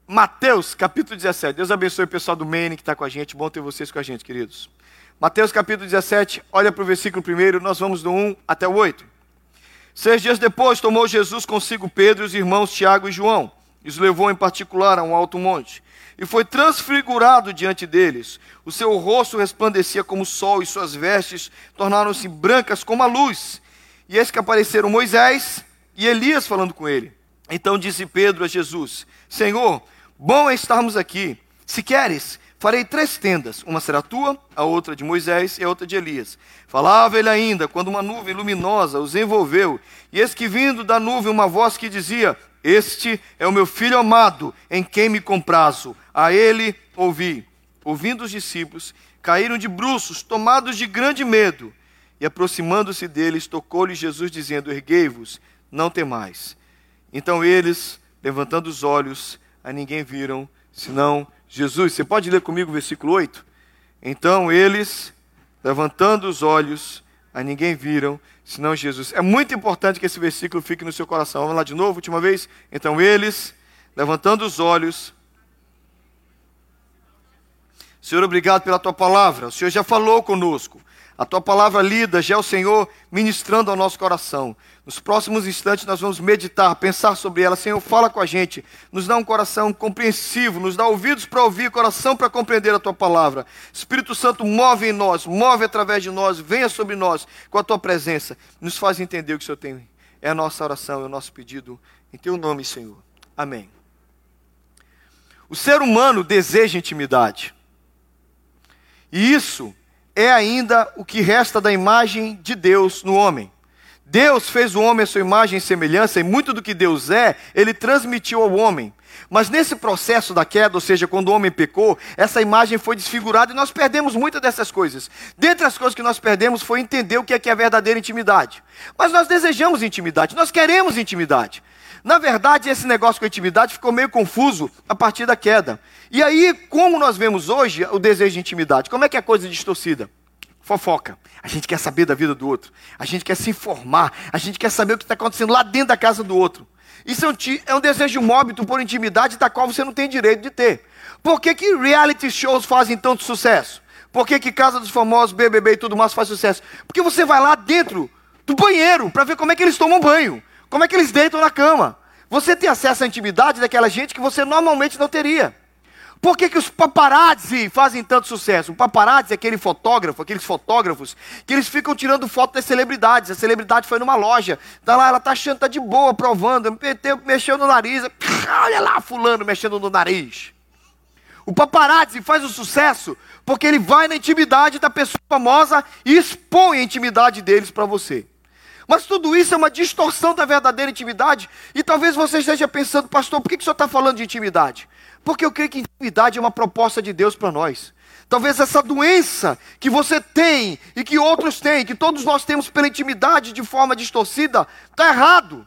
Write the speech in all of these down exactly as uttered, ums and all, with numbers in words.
Mateus capítulo dezessete. Deus abençoe o pessoal do Maine que está com a gente. Bom ter vocês com a gente, queridos. Mateus capítulo dezessete, olha para o versículo primeiro, nós vamos do um até o oito. Seis dias depois, tomou Jesus consigo Pedro e os irmãos Tiago e João, e os levou em particular a um alto monte, e foi transfigurado diante deles. O seu rosto resplandecia como o sol, e suas vestes tornaram-se brancas como a luz. E eis que apareceram Moisés e Elias falando com ele. Então disse Pedro a Jesus: Senhor, bom é estarmos aqui. Se queres, farei três tendas, uma será tua, a outra de Moisés e a outra de Elias. Falava ele ainda, quando uma nuvem luminosa os envolveu, e eis que vindo da nuvem uma voz que dizia: Este é o meu filho amado, em quem me comprazo, a ele ouvi. Ouvindo os discípulos, caíram de bruços, tomados de grande medo, e aproximando-se deles, tocou-lhe Jesus, dizendo: Erguei-vos, não temais. Então eles, levantando os olhos, a ninguém viram, senão Jesus. Você pode ler comigo o versículo oito? Então eles, levantando os olhos, a ninguém viram, senão Jesus. É muito importante que esse versículo fique no seu coração. Vamos lá de novo, última vez. Então eles, levantando os olhos. Senhor, obrigado pela tua palavra. O Senhor já falou conosco. A tua palavra lida, já é o Senhor ministrando ao nosso coração. Nos próximos instantes nós vamos meditar, pensar sobre ela. Senhor, fala com a gente. Nos dá um coração compreensivo, nos dá ouvidos para ouvir, coração para compreender a tua palavra. Espírito Santo, move em nós, move através de nós, venha sobre nós com a tua presença. Nos faz entender o que o Senhor tem. É a nossa oração, é o nosso pedido. Em teu nome, Senhor. Amém. O ser humano deseja intimidade. E isso é ainda o que resta da imagem de Deus no homem. Deus fez o homem à sua imagem e semelhança, e muito do que Deus é, Ele transmitiu ao homem. Mas nesse processo da queda, ou seja, quando o homem pecou, essa imagem foi desfigurada e nós perdemos muitas dessas coisas. Dentre as coisas que nós perdemos foi entender o que é, que é a verdadeira intimidade. Mas nós desejamos intimidade, nós queremos intimidade. Na verdade, esse negócio com a intimidade ficou meio confuso a partir da queda. E aí, como nós vemos hoje o desejo de intimidade? Como é que é a coisa distorcida? Fofoca. A gente quer saber da vida do outro. A gente quer se informar. A gente quer saber o que está acontecendo lá dentro da casa do outro. Isso é um, é um desejo mórbido por intimidade da qual você não tem direito de ter. Por que que reality shows fazem tanto sucesso? Por que que Casa dos Famosos, B B B e tudo mais faz sucesso? Porque você vai lá dentro do banheiro para ver como é que eles tomam banho. Como é que eles deitam na cama? Você tem acesso à intimidade daquela gente que você normalmente não teria. Por que que os paparazzi fazem tanto sucesso? O paparazzi é aquele fotógrafo, aqueles fotógrafos, que eles ficam tirando foto das celebridades. A celebridade foi numa loja, tá lá, ela tá achando, tá de boa, provando, meteu, mexeu no nariz, olha lá fulano mexendo no nariz. O paparazzi faz o sucesso porque ele vai na intimidade da pessoa famosa e expõe a intimidade deles para você. Mas tudo isso é uma distorção da verdadeira intimidade. E talvez você esteja pensando: pastor, por que que o senhor está falando de intimidade? Porque eu creio que intimidade é uma proposta de Deus para nós. Talvez essa doença que você tem e que outros têm, que todos nós temos pela intimidade de forma distorcida, está errado.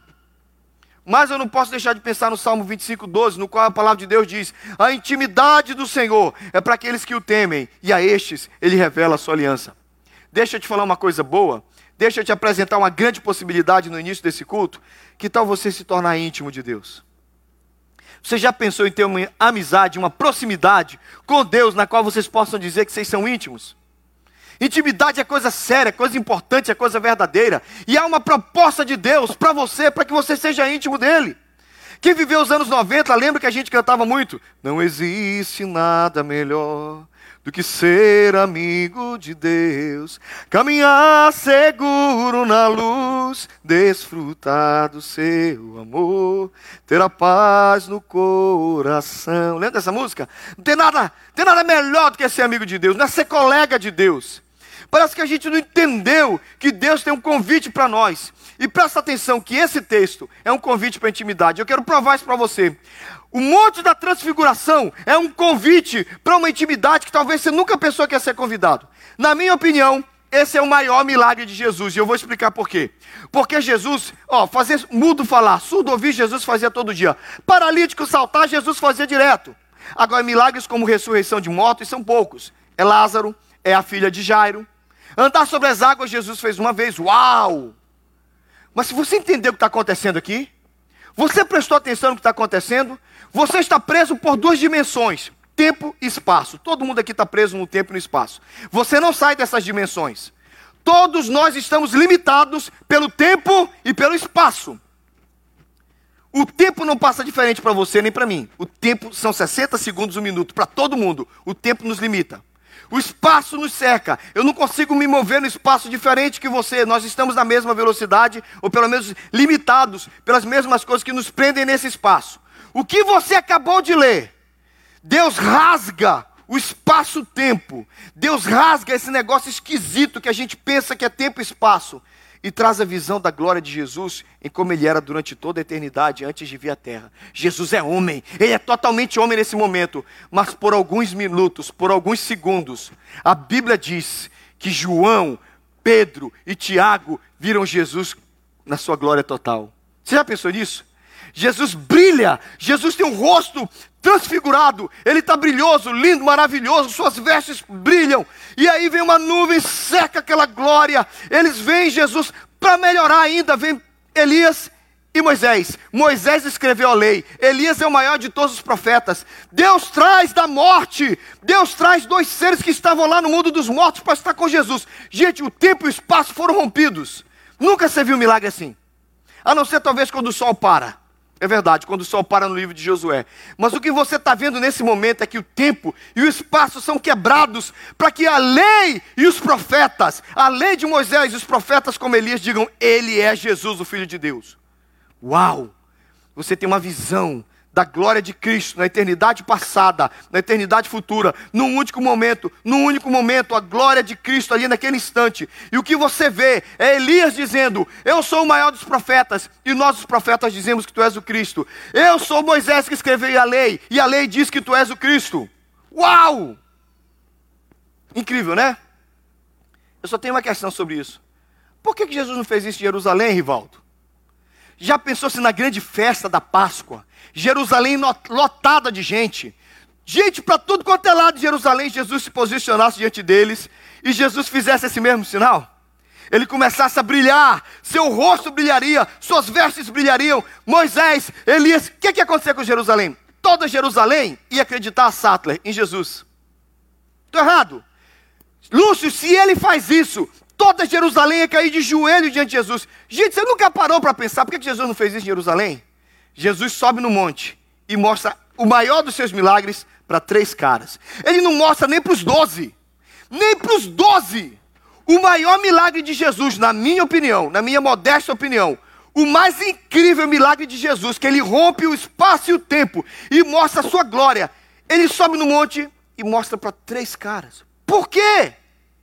Mas eu não posso deixar de pensar no Salmo vinte e cinco, doze, no qual a palavra de Deus diz: a intimidade do Senhor é para aqueles que o temem, e a estes Ele revela a sua aliança. Deixa eu te falar uma coisa boa. Deixa eu te apresentar uma grande possibilidade no início desse culto. Que tal você se tornar íntimo de Deus? Você já pensou em ter uma amizade, uma proximidade com Deus, na qual vocês possam dizer que vocês são íntimos? Intimidade é coisa séria, é coisa importante, é coisa verdadeira. E há uma proposta de Deus para você, para que você seja íntimo dEle. Quem viveu os anos noventa, lembra que a gente cantava muito? Não existe nada melhor do que ser amigo de Deus, caminhar seguro na luz, desfrutar do seu amor, ter a paz no coração. Lembra dessa música? Não tem nada, não tem nada melhor do que ser amigo de Deus, não é ser colega de Deus. Parece que a gente não entendeu que Deus tem um convite para nós. E presta atenção que esse texto é um convite para a intimidade. Eu quero provar isso para você. O monte da transfiguração é um convite para uma intimidade que talvez você nunca pensou que ia ser convidado. Na minha opinião, esse é o maior milagre de Jesus. E eu vou explicar por quê. Porque Jesus, ó, fazer mudo falar, surdo ouvir, Jesus fazia todo dia. Paralítico saltar, Jesus fazia direto. Agora, milagres como ressurreição de mortos são poucos. É Lázaro, é a filha de Jairo. Andar sobre as águas, Jesus fez uma vez. Uau! Mas se você entendeu o que está acontecendo aqui, você prestou atenção no que está acontecendo, Você está preso por duas dimensões, tempo e espaço. Todo mundo aqui está preso no tempo e no espaço. Você não sai dessas dimensões. Todos nós estamos limitados pelo tempo e pelo espaço. O tempo não passa diferente para você nem para mim. O tempo são sessenta segundos, um minuto. Para todo mundo, o tempo nos limita. O espaço nos cerca. Eu não consigo me mover no espaço diferente que você. Nós estamos na mesma velocidade, ou pelo menos limitados pelas mesmas coisas que nos prendem nesse espaço. O que você acabou de ler, Deus rasga o espaço-tempo. Deus rasga esse negócio esquisito que a gente pensa que é tempo e espaço. E traz a visão da glória de Jesus em como ele era durante toda a eternidade, antes de vir à terra. Jesus é homem, ele é totalmente homem nesse momento. Mas por alguns minutos, por alguns segundos, a Bíblia diz que João, Pedro e Tiago viram Jesus na sua glória total. Você já pensou nisso? Jesus brilha, Jesus tem um rosto transfigurado, ele está brilhoso, lindo, maravilhoso, suas vestes brilham, e aí vem uma nuvem, seca aquela glória, eles veem Jesus, para melhorar ainda, vem Elias e Moisés. Moisés escreveu a lei, Elias é o maior de todos os profetas. Deus traz da morte, Deus traz dois seres que estavam lá no mundo dos mortos para estar com Jesus. Gente, o tempo e o espaço foram rompidos. Nunca se viu um milagre assim, a não ser talvez quando o sol para. É verdade, quando o sol para no livro de Josué. Mas o que você está vendo nesse momento é que o tempo e o espaço são quebrados para que a lei e os profetas, a lei de Moisés e os profetas como Elias digam, ele é Jesus, o Filho de Deus. Uau! Você tem uma visão da glória de Cristo na eternidade passada, na eternidade futura, num único momento, num único momento, a glória de Cristo ali naquele instante. E o que você vê é Elias dizendo, eu sou o maior dos profetas, e nós os profetas dizemos que tu és o Cristo. Eu sou Moisés que escreveu a lei, e a lei diz que tu és o Cristo. Uau! Incrível, né? Eu só tenho uma questão sobre isso. Por que que Jesus não fez isso em Jerusalém, Rivaldo? Já pensou se na grande festa da Páscoa, Jerusalém lotada de gente, gente para tudo quanto é lado de Jerusalém, Jesus se posicionasse diante deles e Jesus fizesse esse mesmo sinal? Ele começasse a brilhar, seu rosto brilharia, suas vestes brilhariam. Moisés, Elias, o que, que ia acontecer com Jerusalém? Toda Jerusalém ia acreditar a Sattler em Jesus. Estou errado? Lúcio, se ele faz isso, toda Jerusalém ia cair de joelho diante de Jesus. Gente, você nunca parou para pensar, por que Jesus não fez isso em Jerusalém? Jesus sobe no monte e mostra o maior dos seus milagres para três caras. Ele não mostra nem para os doze, nem para os doze. O maior milagre de Jesus, na minha opinião, na minha modesta opinião, o mais incrível milagre de Jesus, que ele rompe o espaço e o tempo e mostra a sua glória. Ele sobe no monte e mostra para três caras. Por quê?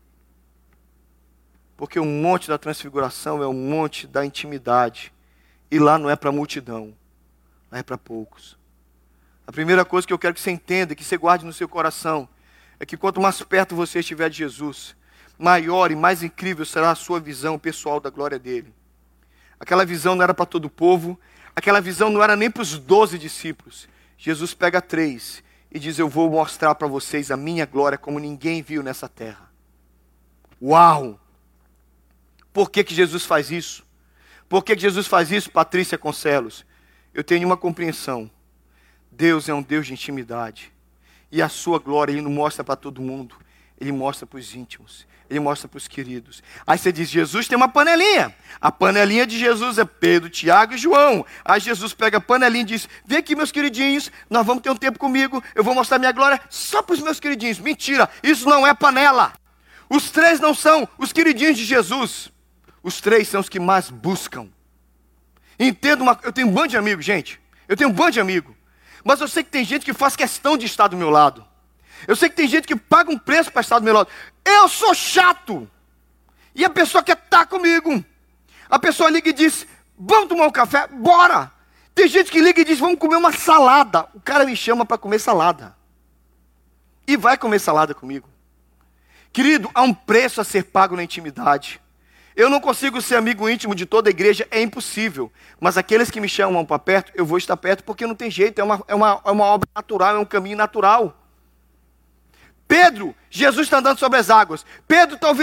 Porque o monte da transfiguração é o monte da intimidade. E lá não é para a multidão, lá é para poucos. A primeira coisa que eu quero que você entenda, que você guarde no seu coração, é que quanto mais perto você estiver de Jesus, maior e mais incrível será a sua visão pessoal da glória dele. Aquela visão não era para todo o povo, aquela visão não era nem para os doze discípulos. Jesus pega três e diz, eu vou mostrar para vocês a minha glória como ninguém viu nessa terra. Uau! Por que que Jesus faz isso? Por que que Jesus faz isso, Patrícia Concelos? Eu tenho uma compreensão. Deus é um Deus de intimidade. E a sua glória Ele não mostra para todo mundo. Ele mostra para os íntimos. Ele mostra para os queridos. Aí você diz, Jesus tem uma panelinha. A panelinha de Jesus é Pedro, Tiago e João. Aí Jesus pega a panelinha e diz, vem aqui meus queridinhos, nós vamos ter um tempo comigo, eu vou mostrar minha glória só para os meus queridinhos. Mentira, isso não é panela. Os três não são os queridinhos de Jesus. Os três são os que mais buscam. Entendo, uma... eu tenho um bando de amigos, gente. Eu tenho um bando de amigos. Mas eu sei que tem gente que faz questão de estar do meu lado. Eu sei que tem gente que paga um preço para estar do meu lado. Eu sou chato. E a pessoa quer estar comigo. A pessoa liga e diz, vamos tomar um café? Bora. Tem gente que liga e diz, vamos comer uma salada. O cara me chama para comer salada. E vai comer salada comigo. Querido, há um preço a ser pago na intimidade. Eu não consigo ser amigo íntimo de toda a igreja, é impossível. Mas aqueles que me chamam para perto, eu vou estar perto porque não tem jeito, é uma, é uma, é uma obra natural, é um caminho natural. Pedro, Jesus está andando sobre as águas. Pedro está ouvindo,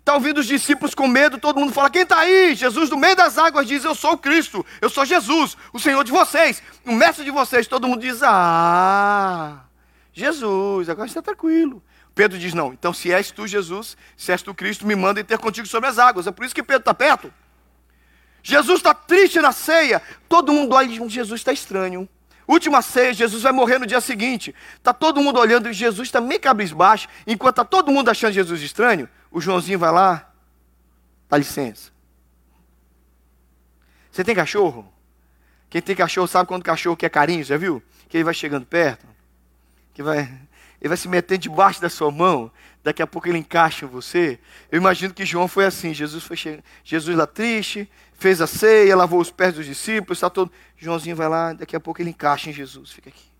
Está ouvindo os discípulos com medo, todo mundo fala, quem está aí? Jesus no meio das águas diz, eu sou o Cristo, eu sou Jesus, o Senhor de vocês, o mestre de vocês. Todo mundo diz, ah, Jesus, agora está tranquilo. Pedro diz, não, então se és tu Jesus, se és tu Cristo, me manda ir ter contigo sobre as águas. É por isso que Pedro está perto. Jesus está triste na ceia, todo mundo olha e diz, Jesus está estranho. Última ceia, Jesus vai morrer no dia seguinte. Está todo mundo olhando e Jesus está meio cabisbaixo. Enquanto está todo mundo achando Jesus estranho, o Joãozinho vai lá, dá licença. Você tem cachorro? Quem tem cachorro sabe quando o cachorro quer carinho, já viu? Que ele vai chegando perto, que vai, ele vai se metendo debaixo da sua mão, daqui a pouco ele encaixa em você. Eu imagino que João foi assim, Jesus foi che... Jesus lá triste, fez a ceia, lavou os pés dos discípulos, está todo... Joãozinho vai lá, daqui a pouco ele encaixa em Jesus, fica aqui.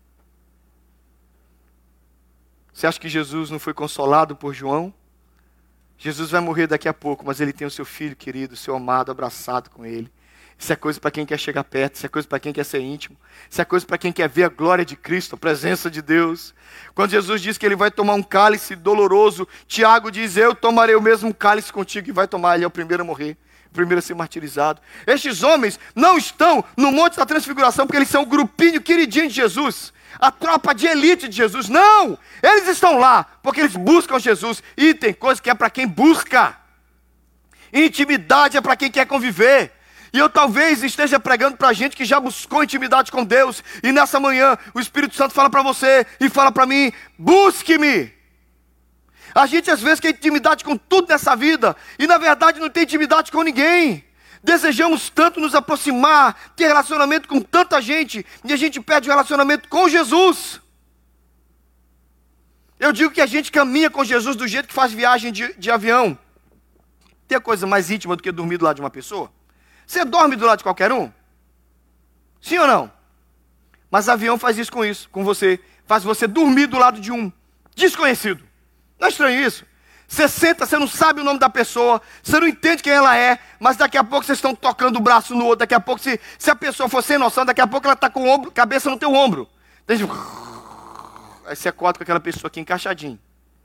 Você acha que Jesus não foi consolado por João? Jesus vai morrer daqui a pouco, mas ele tem o seu filho querido, o seu amado, abraçado com ele. Isso é coisa para quem quer chegar perto, isso é coisa para quem quer ser íntimo, isso é coisa para quem quer ver a glória de Cristo, a presença de Deus. Quando Jesus diz que ele vai tomar um cálice doloroso, Tiago diz, eu tomarei o mesmo cálice contigo, e vai tomar, ele é o primeiro a morrer, o primeiro a ser martirizado. Estes homens não estão no Monte da Transfiguração, porque eles são o grupinho queridinho de Jesus, a tropa de elite de Jesus. Não, eles estão lá, porque eles buscam Jesus, e tem coisa que é para quem busca, intimidade é para quem quer conviver. E eu talvez esteja pregando para gente que já buscou intimidade com Deus. E nessa manhã o Espírito Santo fala para você e fala para mim, busque-me. A gente às vezes quer intimidade com tudo nessa vida. E na verdade não tem intimidade com ninguém. Desejamos tanto nos aproximar, ter relacionamento com tanta gente. E a gente perde o relacionamento com Jesus. Eu digo que a gente caminha com Jesus do jeito que faz viagem de, de avião. Tem coisa mais íntima do que dormir do lado de uma pessoa? Você dorme do lado de qualquer um? Sim ou não? Mas avião faz isso com isso, com você. Faz você dormir do lado de um desconhecido. Não é estranho isso? Você senta, você não sabe o nome da pessoa, você não entende quem ela é, mas daqui a pouco vocês estão tocando o braço no outro. Daqui a pouco, se, se a pessoa for sem noção, daqui a pouco ela está com o ombro, cabeça no teu ombro. Aí você acorda com aquela pessoa aqui encaixadinho.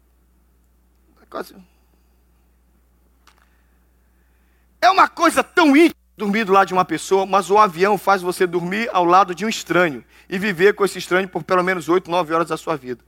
É uma coisa tão íntima dormir do lado de uma pessoa, mas o avião faz você dormir ao lado de um estranho e viver com esse estranho por pelo menos oito, nove horas da sua vida.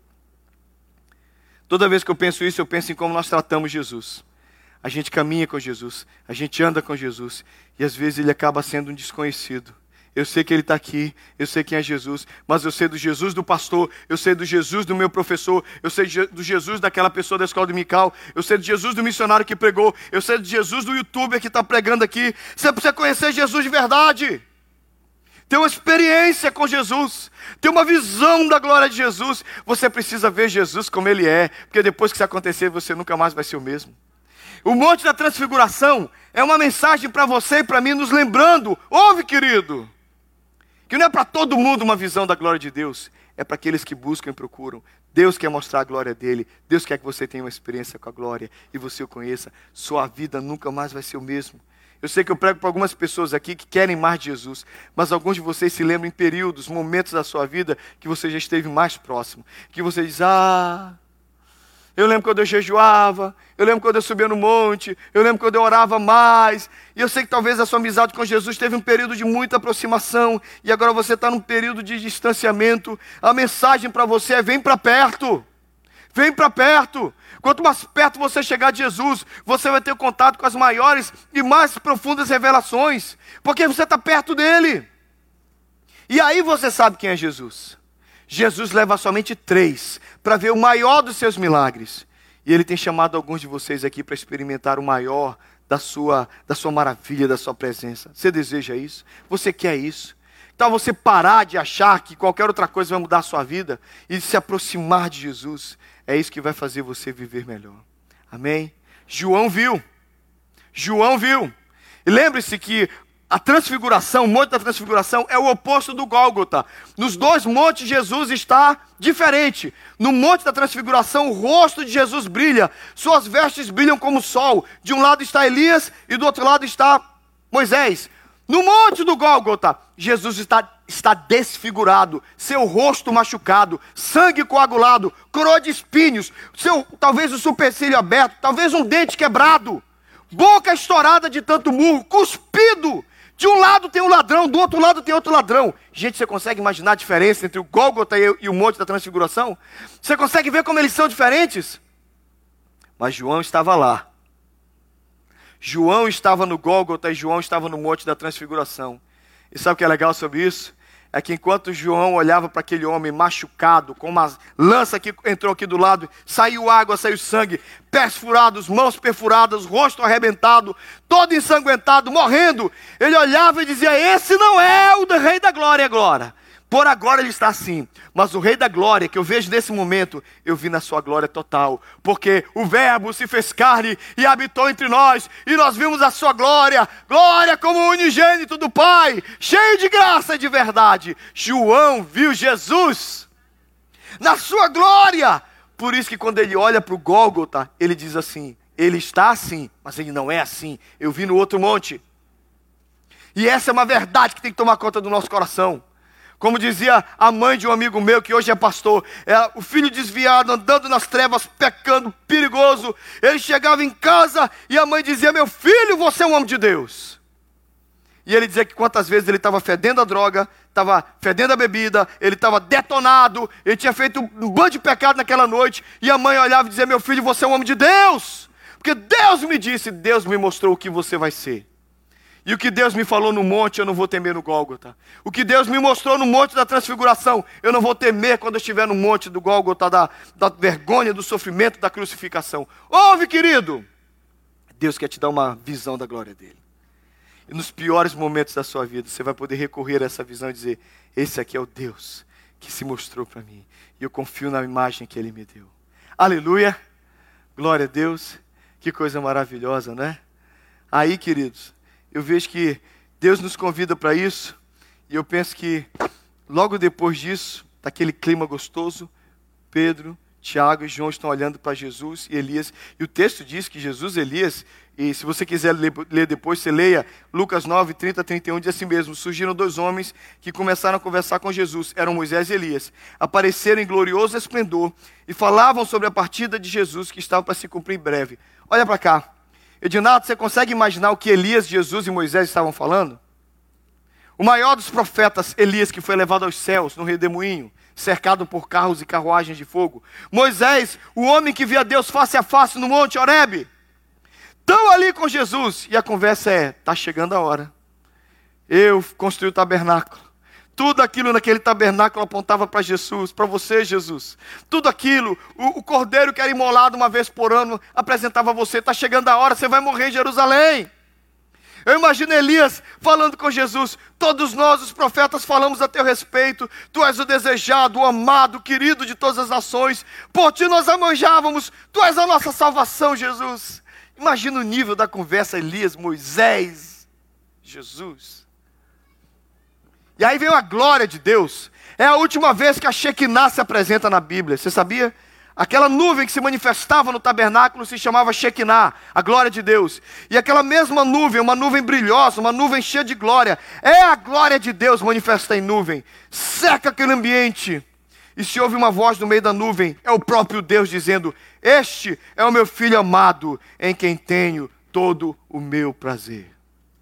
Toda vez que eu penso isso, eu penso em como nós tratamos Jesus. A gente caminha com Jesus, a gente anda com Jesus e às vezes ele acaba sendo um desconhecido. Eu sei que ele está aqui, eu sei quem é Jesus, mas eu sei do Jesus do pastor, eu sei do Jesus do meu professor, eu sei do Jesus daquela pessoa da escola dominical, eu sei do Jesus do missionário que pregou, eu sei do Jesus do youtuber que está pregando aqui. Você precisa conhecer Jesus de verdade, ter uma experiência com Jesus, ter uma visão da glória de Jesus. Você precisa ver Jesus como ele é, porque depois que isso acontecer, você nunca mais vai ser o mesmo. O Monte da Transfiguração é uma mensagem para você e para mim, nos lembrando, ouve querido, que não é para todo mundo uma visão da glória de Deus, é para aqueles que buscam e procuram. Deus quer mostrar a glória dele, Deus quer que você tenha uma experiência com a glória e você o conheça. Sua vida nunca mais vai ser o mesmo. Eu sei que eu prego para algumas pessoas aqui que querem mais de Jesus, mas alguns de vocês se lembram em períodos, momentos da sua vida que você já esteve mais próximo, que você diz, ah... eu lembro quando eu jejuava, eu lembro quando eu subia no monte, eu lembro quando eu orava mais. E eu sei que talvez a sua amizade com Jesus teve um período de muita aproximação, e agora você está num período de distanciamento. A mensagem para você é, vem para perto, vem para perto. Quanto mais perto você chegar de Jesus, você vai ter contato com as maiores e mais profundas revelações, porque você está perto dele. E aí você sabe quem é Jesus. Jesus leva somente três para ver o maior dos seus milagres. E ele tem chamado alguns de vocês aqui para experimentar o maior da sua, da sua maravilha, da sua presença. Você deseja isso? Você quer isso? Então você parar de achar que qualquer outra coisa vai mudar a sua vida e se aproximar de Jesus. É isso que vai fazer você viver melhor. Amém? João viu. João viu. E lembre-se que a transfiguração, o Monte da Transfiguração é o oposto do Gólgota. Nos dois montes Jesus está diferente. No Monte da Transfiguração o rosto de Jesus brilha, suas vestes brilham como o sol. De um lado está Elias e do outro lado está Moisés. No Monte do Gólgota, Jesus está está desfigurado, seu rosto machucado, sangue coagulado, coroa de espinhos, seu, talvez o supercílio aberto, talvez um dente quebrado, boca estourada de tanto murro, cuspido. De um lado tem um ladrão, do outro lado tem outro ladrão. Gente, você consegue imaginar a diferença entre o Gólgota e o Monte da Transfiguração? Você consegue ver como eles são diferentes? Mas João estava lá. João estava no Gólgota e João estava no Monte da Transfiguração. E sabe o que é legal sobre isso? É que enquanto João olhava para aquele homem machucado, com uma lança que entrou aqui do lado, saiu água, saiu sangue, pés furados, mãos perfuradas, rosto arrebentado, todo ensanguentado, morrendo. Ele olhava e dizia, esse não é o Rei da Glória agora. Por agora ele está assim, mas o Rei da Glória que eu vejo nesse momento, eu vi na sua glória total, porque o Verbo se fez carne e habitou entre nós, e nós vimos a sua glória, glória como o unigênito do Pai, cheio de graça e de verdade. João viu Jesus na sua glória, por isso que quando ele olha para o Gólgota, ele diz assim, ele está assim, mas ele não é assim, eu vi no outro monte. E essa é uma verdade que tem que tomar conta do nosso coração. Como dizia a mãe de um amigo meu, que hoje é pastor, é, o filho desviado, andando nas trevas, pecando, perigoso. Ele chegava em casa e a mãe dizia, meu filho, você é um homem de Deus. E ele dizia que quantas vezes ele estava fedendo a droga, estava fedendo a bebida, ele estava detonado, ele tinha feito um bando de pecado naquela noite. E a mãe olhava e dizia, meu filho, você é um homem de Deus. Porque Deus me disse, Deus me mostrou o que você vai ser. E o que Deus me falou no monte, eu não vou temer no Gólgota. O que Deus me mostrou no monte da transfiguração, eu não vou temer quando eu estiver no monte do Gólgota, da, da vergonha, do sofrimento, da crucificação. Ouve, querido! Deus quer te dar uma visão da glória dele. E nos piores momentos da sua vida, você vai poder recorrer a essa visão e dizer, esse aqui é o Deus que se mostrou para mim. E eu confio na imagem que ele me deu. Aleluia! Glória a Deus! Que coisa maravilhosa, né? Aí, queridos, eu vejo que Deus nos convida para isso, e eu penso que logo depois disso, daquele clima gostoso, Pedro, Tiago e João estão olhando para Jesus e Elias, e o texto diz que Jesus e Elias, e se você quiser ler, ler depois, você leia Lucas nove, trinta a trinta e um, diz assim mesmo, surgiram dois homens que começaram a conversar com Jesus, eram Moisés e Elias, apareceram em glorioso esplendor e falavam sobre a partida de Jesus que estava para se cumprir em breve. Olha para cá. Edinaldo, você consegue imaginar o que Elias, Jesus e Moisés estavam falando? O maior dos profetas, Elias, que foi levado aos céus no redemoinho, cercado por carros e carruagens de fogo. Moisés, o homem que via Deus face a face no monte Horebe. Estão ali com Jesus. E a conversa é, está chegando a hora. Eu construí o tabernáculo. Tudo aquilo naquele tabernáculo apontava para Jesus, para você, Jesus. Tudo aquilo, o, o cordeiro que era imolado uma vez por ano, apresentava a você. Está chegando a hora, você vai morrer em Jerusalém. Eu imagino Elias falando com Jesus. Todos nós, os profetas, falamos a teu respeito. Tu és o desejado, o amado, o querido de todas as nações. Por ti nós almejávamos. Tu és a nossa salvação, Jesus. Imagina o nível da conversa, Elias, Moisés, Jesus. E aí veio a glória de Deus. É a última vez que a Shekinah se apresenta na Bíblia. Você sabia? Aquela nuvem que se manifestava no tabernáculo se chamava Shekinah, a glória de Deus. E aquela mesma nuvem, uma nuvem brilhosa, uma nuvem cheia de glória, é a glória de Deus manifesta em nuvem. Seca aquele ambiente. E se ouve uma voz no meio da nuvem, é o próprio Deus dizendo, este é o meu filho amado, em quem tenho todo o meu prazer.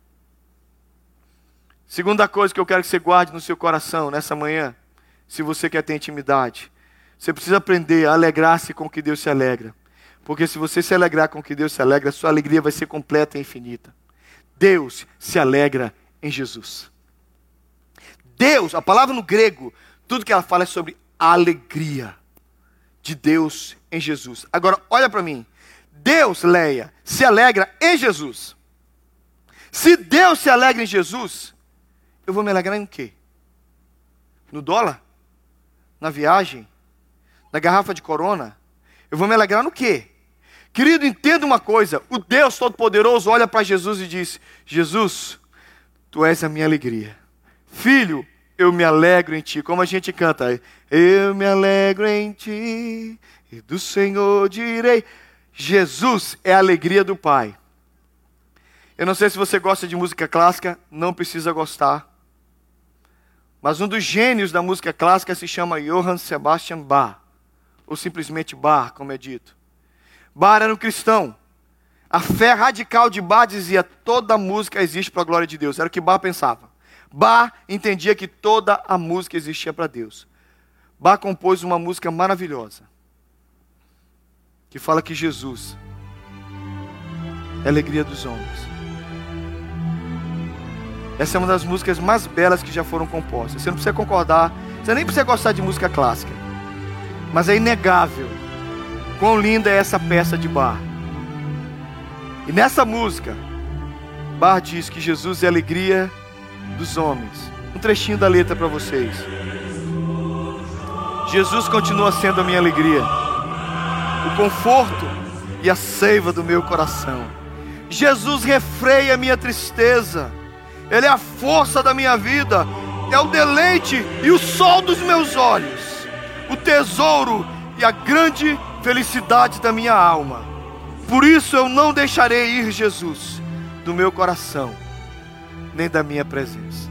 Segunda coisa que eu quero que você guarde no seu coração nessa manhã, se você quer ter intimidade, você precisa aprender a alegrar-se com o que Deus se alegra. Porque se você se alegrar com o que Deus se alegra, a sua alegria vai ser completa e infinita. Deus se alegra em Jesus. Deus, a palavra no grego, tudo que ela fala é sobre a alegria de Deus em Jesus. Agora, olha para mim. Deus, Leia, se alegra em Jesus. Se Deus se alegra em Jesus, eu vou me alegrar em quê? No dólar? Na viagem? Na garrafa de Corona? Eu vou me alegrar no quê? Querido, entenda uma coisa. O Deus Todo-Poderoso olha para Jesus e diz, Jesus, tu és a minha alegria. Filho, eu me alegro em ti. Como a gente canta, eu me alegro em ti, e do Senhor direi. Jesus é a alegria do Pai. Eu não sei se você gosta de música clássica, não precisa gostar. Mas um dos gênios da música clássica se chama Johann Sebastian Bach, ou simplesmente Bach, como é dito. Bach era um cristão. A fé radical de Bach dizia: toda música existe para a glória de Deus. Era o que Bach pensava. Bach entendia que toda a música existia para Deus. Bach compôs uma música maravilhosa, que fala que Jesus é a alegria dos homens. Essa é uma das músicas mais belas que já foram compostas. Você não precisa concordar, você nem precisa gostar de música clássica, mas é inegável quão linda é essa peça de Bach. E nessa música, Bach diz que Jesus é a alegria dos homens. Um trechinho da letra para vocês. Jesus continua sendo a minha alegria, o conforto e a seiva do meu coração. Jesus refreia a minha tristeza. Ele é a força da minha vida, é o deleite e o sol dos meus olhos, o tesouro e a grande felicidade da minha alma. Por isso eu não deixarei ir Jesus do meu coração, nem da minha presença.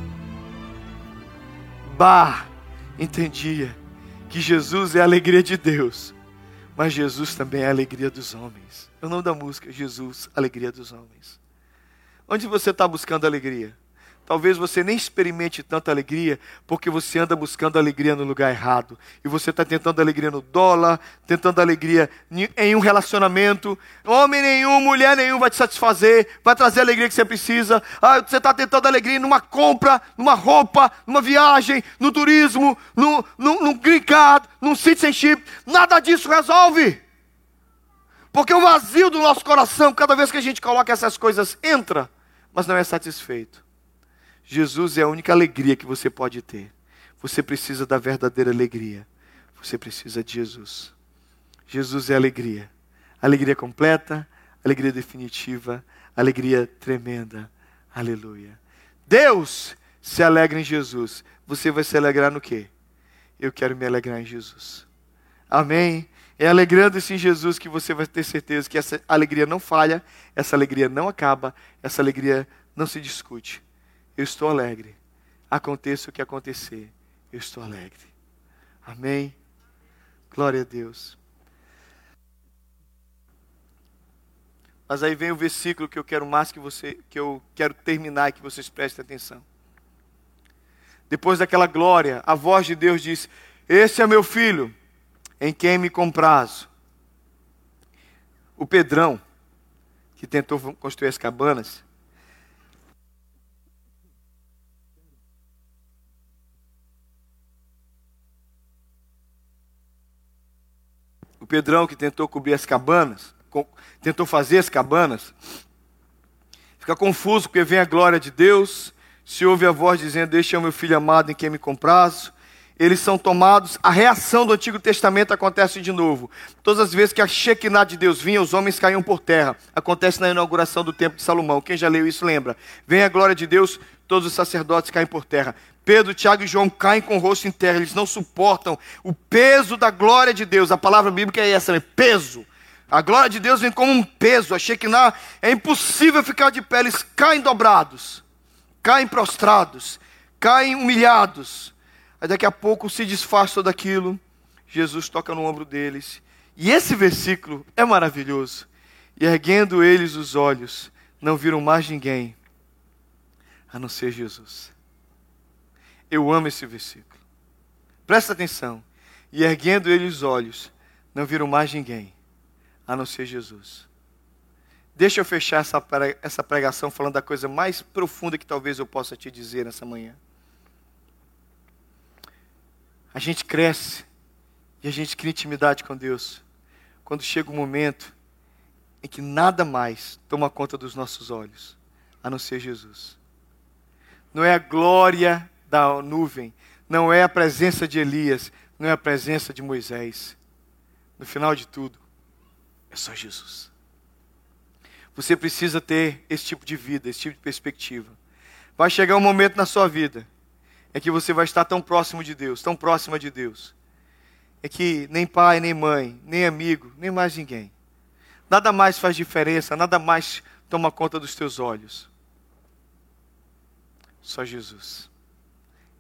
Bach entendia que Jesus é a alegria de Deus, mas Jesus também é a alegria dos homens. É o nome da música, Jesus, alegria dos homens. Onde você está buscando alegria? Talvez você nem experimente tanta alegria, porque você anda buscando alegria no lugar errado. E você está tentando alegria no dólar, tentando alegria em um relacionamento. Homem nenhum, mulher nenhum vai te satisfazer, vai trazer a alegria que você precisa. Ah, você está tentando alegria numa compra, numa roupa, numa viagem, no turismo, no, no, no green card, num citizenship. Nada disso resolve. Porque o vazio do nosso coração, cada vez que a gente coloca essas coisas, entra, mas não é satisfeito. Jesus é a única alegria que você pode ter. Você precisa da verdadeira alegria. Você precisa de Jesus. Jesus é alegria. Alegria completa, alegria definitiva, alegria tremenda. Aleluia. Deus se alegra em Jesus. Você vai se alegrar no quê? Eu quero me alegrar em Jesus. Amém? É alegrando-se em Jesus que você vai ter certeza que essa alegria não falha, essa alegria não acaba, essa alegria não se discute. Eu estou alegre. Aconteça o que acontecer, eu estou alegre. Amém? Glória a Deus. Mas aí vem o versículo que eu quero mais que você, que eu quero terminar e que vocês prestem atenção. Depois daquela glória, a voz de Deus diz: esse é meu filho, em quem me comprazo. O Pedrão, que tentou construir as cabanas, O Pedrão que tentou cobrir as cabanas, tentou fazer as cabanas, fica confuso porque vem a glória de Deus, se ouve a voz dizendo: este é o meu filho amado em quem me comprazo. Eles são tomados, a reação do Antigo Testamento acontece de novo. Todas as vezes que a Shekinah de Deus vinha, os homens caíam por terra. Acontece na inauguração do Templo de Salomão. Quem já leu isso lembra. Vem a glória de Deus, todos os sacerdotes caem por terra. Pedro, Tiago e João caem com o rosto em terra. Eles não suportam o peso da glória de Deus. A palavra bíblica é essa, é peso. A glória de Deus vem como um peso. A Shekinah é impossível ficar de pé. Eles caem dobrados, caem prostrados, caem humilhados. Aí daqui a pouco se desfaz tudo aquilo. Jesus toca no ombro deles. E esse versículo é maravilhoso. E erguendo eles os olhos, não viram mais ninguém, a não ser Jesus. Eu amo esse versículo. Presta atenção. E erguendo eles os olhos, não viram mais ninguém, a não ser Jesus. Deixa eu fechar essa, essa pregação falando da coisa mais profunda que talvez eu possa te dizer nessa manhã. A gente cresce e a gente cria intimidade com Deus quando chega um momento em que nada mais toma conta dos nossos olhos, a não ser Jesus. Não é a glória da nuvem, não é a presença de Elias, não é a presença de Moisés. No final de tudo, é só Jesus. Você precisa ter esse tipo de vida, esse tipo de perspectiva. Vai chegar um momento na sua vida é que você vai estar tão próximo de Deus, tão próxima de Deus, é que nem pai, nem mãe, nem amigo, nem mais ninguém, nada mais faz diferença, nada mais toma conta dos teus olhos. Só Jesus.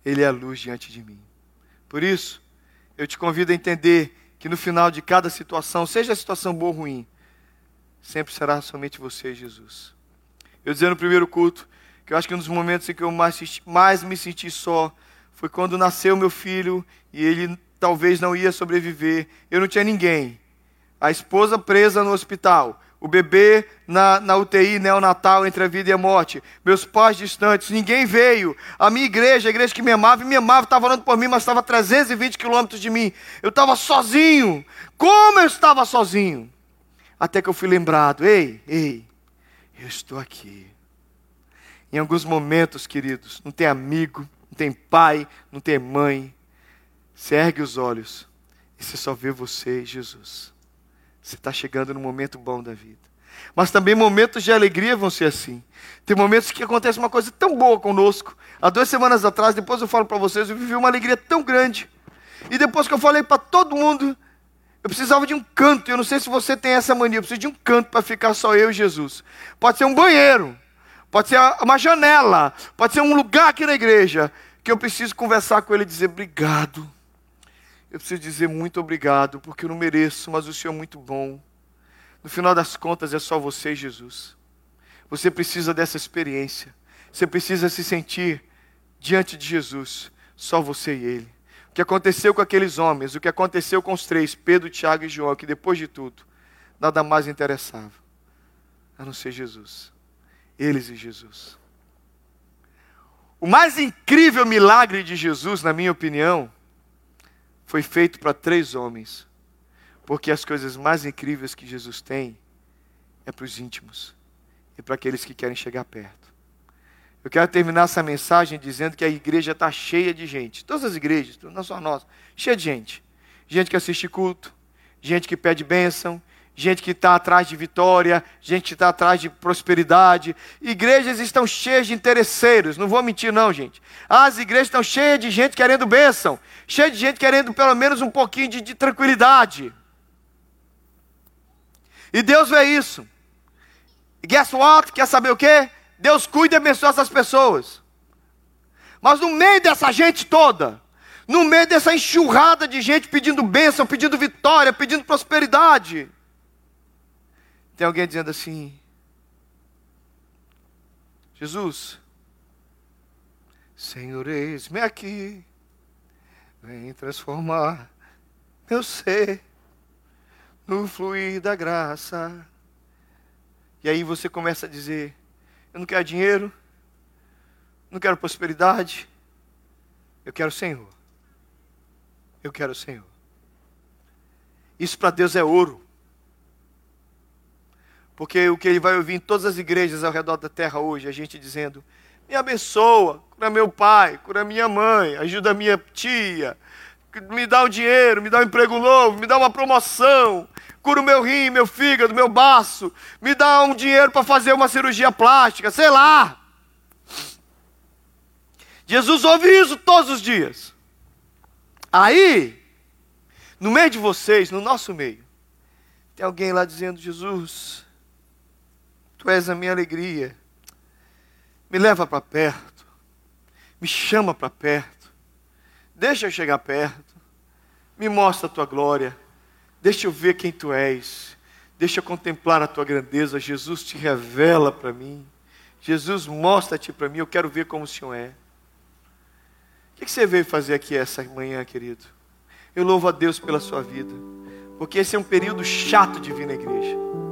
Ele é a luz diante de mim. Por isso, eu te convido a entender que no final de cada situação, seja a situação boa ou ruim, sempre será somente você e Jesus. Eu dizia no primeiro culto, que eu acho que um dos momentos em que eu mais, mais me senti só, foi quando nasceu meu filho, e ele talvez não ia sobreviver. Eu não tinha ninguém. A esposa presa no hospital, o bebê na, na U T I neonatal entre a vida e a morte, meus pais distantes, ninguém veio. A minha igreja, a igreja que me amava e me amava, estava orando por mim, mas estava a trezentos e vinte quilômetros de mim. Eu estava sozinho. Como eu estava sozinho? Até que eu fui lembrado, ei, ei, eu estou aqui. Em alguns momentos, queridos, não tem amigo, não tem pai, não tem mãe. Você ergue os olhos e você só vê você e Jesus. Você está chegando no momento bom da vida. Mas também momentos de alegria vão ser assim. Tem momentos que acontece uma coisa tão boa conosco. Há duas semanas atrás, depois eu falo para vocês, eu vivi uma alegria tão grande. E depois que eu falei para todo mundo, eu precisava de um canto. Eu não sei se você tem essa mania, eu preciso de um canto para ficar só eu e Jesus. Pode ser um banheiro, pode ser uma janela, pode ser um lugar aqui na igreja, que eu preciso conversar com ele e dizer obrigado. Eu preciso dizer muito obrigado, porque eu não mereço, mas o Senhor é muito bom. No final das contas é só você e Jesus. Você precisa dessa experiência. Você precisa se sentir diante de Jesus, só você e Ele. O que aconteceu com aqueles homens, o que aconteceu com os três, Pedro, Tiago e João, que depois de tudo, nada mais interessava, a não ser Jesus. Eles e Jesus. O mais incrível milagre de Jesus, na minha opinião, foi feito para três homens. Porque as coisas mais incríveis que Jesus tem é para os íntimos e para aqueles que querem chegar perto. Eu quero terminar essa mensagem dizendo que a igreja está cheia de gente. Todas as igrejas, não só a nossa, cheia de gente. Gente que assiste culto, gente que pede bênção, gente que está atrás de vitória, gente que está atrás de prosperidade. Igrejas estão cheias de interesseiros, não vou mentir não, gente. As igrejas estão cheias de gente querendo bênção, cheias de gente querendo pelo menos um pouquinho de, de tranquilidade. E Deus vê isso. E guess what? Quer saber o quê? Deus cuida e abençoa essas pessoas. Mas no meio dessa gente toda, no meio dessa enxurrada de gente pedindo bênção, pedindo vitória, pedindo prosperidade, tem alguém dizendo assim: Jesus, Senhor, eis-me aqui, vem transformar meu ser no fluir da graça. E aí você começa a dizer: eu não quero dinheiro, não quero prosperidade, eu quero o Senhor. Eu quero o Senhor. Isso para Deus é ouro. Porque o que Ele vai ouvir em todas as igrejas ao redor da terra hoje, a gente dizendo: me abençoa, cura meu pai, cura minha mãe, ajuda minha tia, me dá o dinheiro, me dá um emprego novo, me dá uma promoção, cura o meu rim, meu fígado, meu baço, me dá um dinheiro para fazer uma cirurgia plástica, sei lá. Jesus ouve isso todos os dias. Aí, no meio de vocês, no nosso meio, tem alguém lá dizendo: Jesus, Tu és a minha alegria, me leva para perto, me chama para perto, deixa eu chegar perto, me mostra a Tua glória, deixa eu ver quem Tu és, deixa eu contemplar a Tua grandeza. Jesus, te revela para mim, Jesus, mostra-te para mim, eu quero ver como o Senhor é. O que você veio fazer aqui essa manhã, querido? Eu louvo a Deus pela sua vida, porque esse é um período chato de vir na igreja.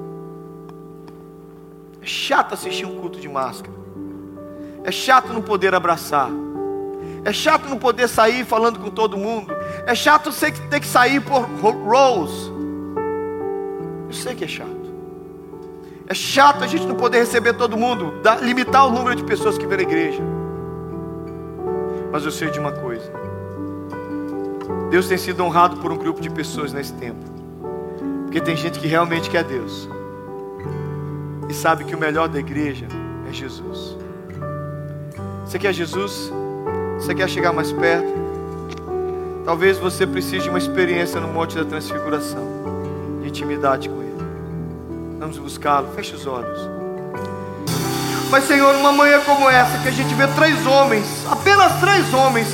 É chato assistir um culto de máscara. É chato não poder abraçar. É chato não poder sair falando com todo mundo. É chato você ter que sair por rows. Eu sei que é chato. É chato a gente não poder receber todo mundo, limitar o número de pessoas que vêm na igreja. Mas eu sei de uma coisa: Deus tem sido honrado por um grupo de pessoas nesse tempo, porque tem gente que realmente quer Deus e sabe que o melhor da igreja é Jesus. Você quer Jesus? Você quer chegar mais perto? Talvez você precise de uma experiência no Monte da Transfiguração, de intimidade com Ele. Vamos buscá-lo. Feche os olhos. Mas Senhor, uma manhã como essa, que a gente vê três homens, apenas três homens,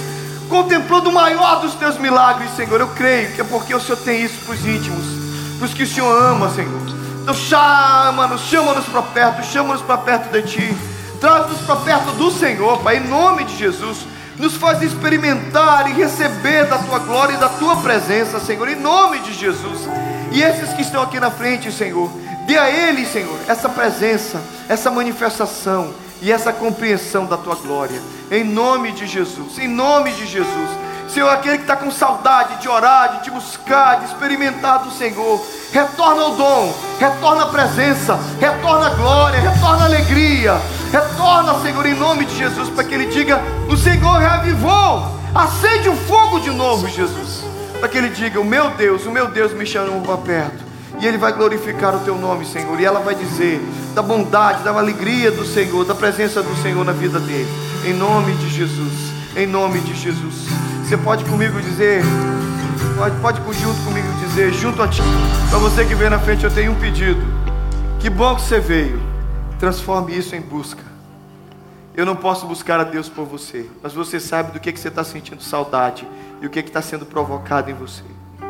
contemplando o maior dos teus milagres, Senhor. Eu creio que é porque o Senhor tem isso para os íntimos, para os que o Senhor ama, Senhor. Então chama-nos, chama-nos para perto, chama-nos para perto de Ti. Traz-nos para perto do Senhor, Pai, em nome de Jesus. Nos faz experimentar e receber da Tua glória e da Tua presença, Senhor, em nome de Jesus. E esses que estão aqui na frente, Senhor, dê a eles, Senhor, essa presença, essa manifestação e essa compreensão da Tua glória, em nome de Jesus, em nome de Jesus. Senhor, aquele que está com saudade de orar, de te buscar, de experimentar do Senhor, retorna o dom, retorna a presença, retorna a glória, retorna a alegria, retorna, Senhor, em nome de Jesus, para que Ele diga: o Senhor reavivou, acende o fogo de novo, Jesus, para que Ele diga: o meu Deus, o meu Deus me chamou para perto, e Ele vai glorificar o Teu nome, Senhor, e ela vai dizer da bondade, da alegria do Senhor, da presença do Senhor na vida dele, em nome de Jesus, em nome de Jesus. Você pode comigo dizer, pode, pode junto comigo dizer, junto a Ti, para você que veio na frente, eu tenho um pedido. Que bom que você veio, transforme isso em busca. Eu não posso buscar a Deus por você, mas você sabe do que, que você está sentindo saudade e o que está sendo provocado em você.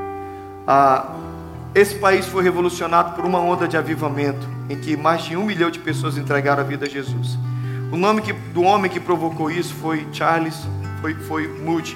Ah, esse país foi revolucionado por uma onda de avivamento, em que mais de um milhão de pessoas entregaram a vida a Jesus. O nome que, do homem que provocou isso foi Charles, foi, foi Moody.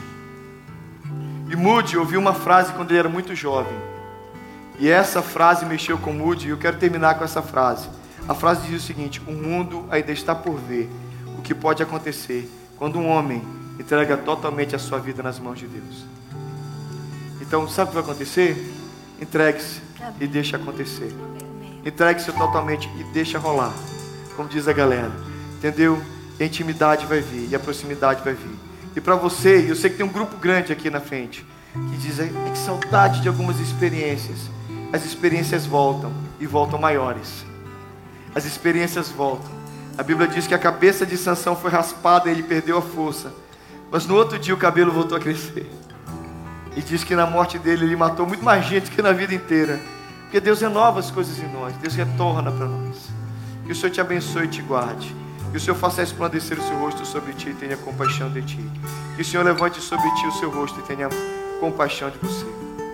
E Moody ouviu uma frase quando ele era muito jovem, e essa frase mexeu com Moody, e eu quero terminar com essa frase. A frase diz o seguinte: o mundo ainda está por ver o que pode acontecer quando um homem entrega totalmente a sua vida nas mãos de Deus. Então, sabe o que vai acontecer? Entregue-se e deixe acontecer. Entregue-se totalmente e deixa rolar, como diz a galera, entendeu? E a intimidade vai vir, e a proximidade vai vir. E para você, e eu sei que tem um grupo grande aqui na frente, que diz: que saudade de algumas experiências. As experiências voltam, e voltam maiores. As experiências voltam. A Bíblia diz que a cabeça de Sansão foi raspada e ele perdeu a força, mas no outro dia o cabelo voltou a crescer. E diz que na morte dele ele matou muito mais gente que na vida inteira, porque Deus renova as coisas em nós, Deus retorna para nós. Que o Senhor te abençoe e te guarde, que o Senhor faça resplandecer o seu rosto sobre ti e tenha compaixão de ti, que o Senhor levante sobre ti o seu rosto e tenha compaixão de você.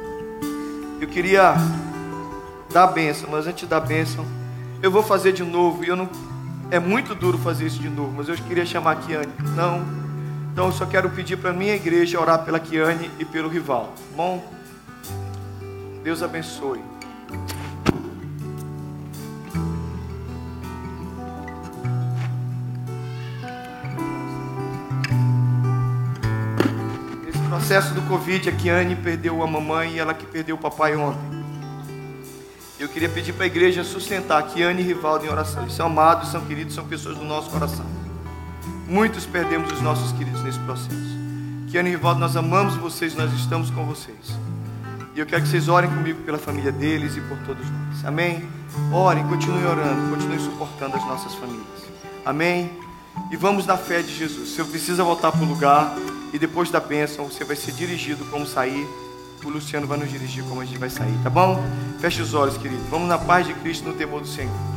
Eu queria dar a bênção, mas antes da bênção eu vou fazer de novo, e eu não, é muito duro fazer isso de novo, mas eu queria chamar a Kiane. Não, então eu só quero pedir para a minha igreja orar pela Kiane e pelo Rivaldo, tá bom? Deus abençoe. Nesse processo do Covid, a Kiane perdeu a mamãe e ela que perdeu o papai ontem. Eu queria pedir para a igreja sustentar Kiane e Rivaldo em oração. Eles são amados, são queridos, são pessoas do nosso coração. Muitos perdemos os nossos queridos nesse processo. Kiane e Rivaldo, nós amamos vocês, nós estamos com vocês. E eu quero que vocês orem comigo pela família deles e por todos nós. Amém? Orem, continuem orando, continuem suportando as nossas famílias. Amém? E vamos na fé de Jesus. Você precisa voltar para o lugar, e depois da bênção você vai ser dirigido como sair. O Luciano vai nos dirigir como a gente vai sair, tá bom? Feche os olhos, querido. Vamos na paz de Cristo, no temor do Senhor.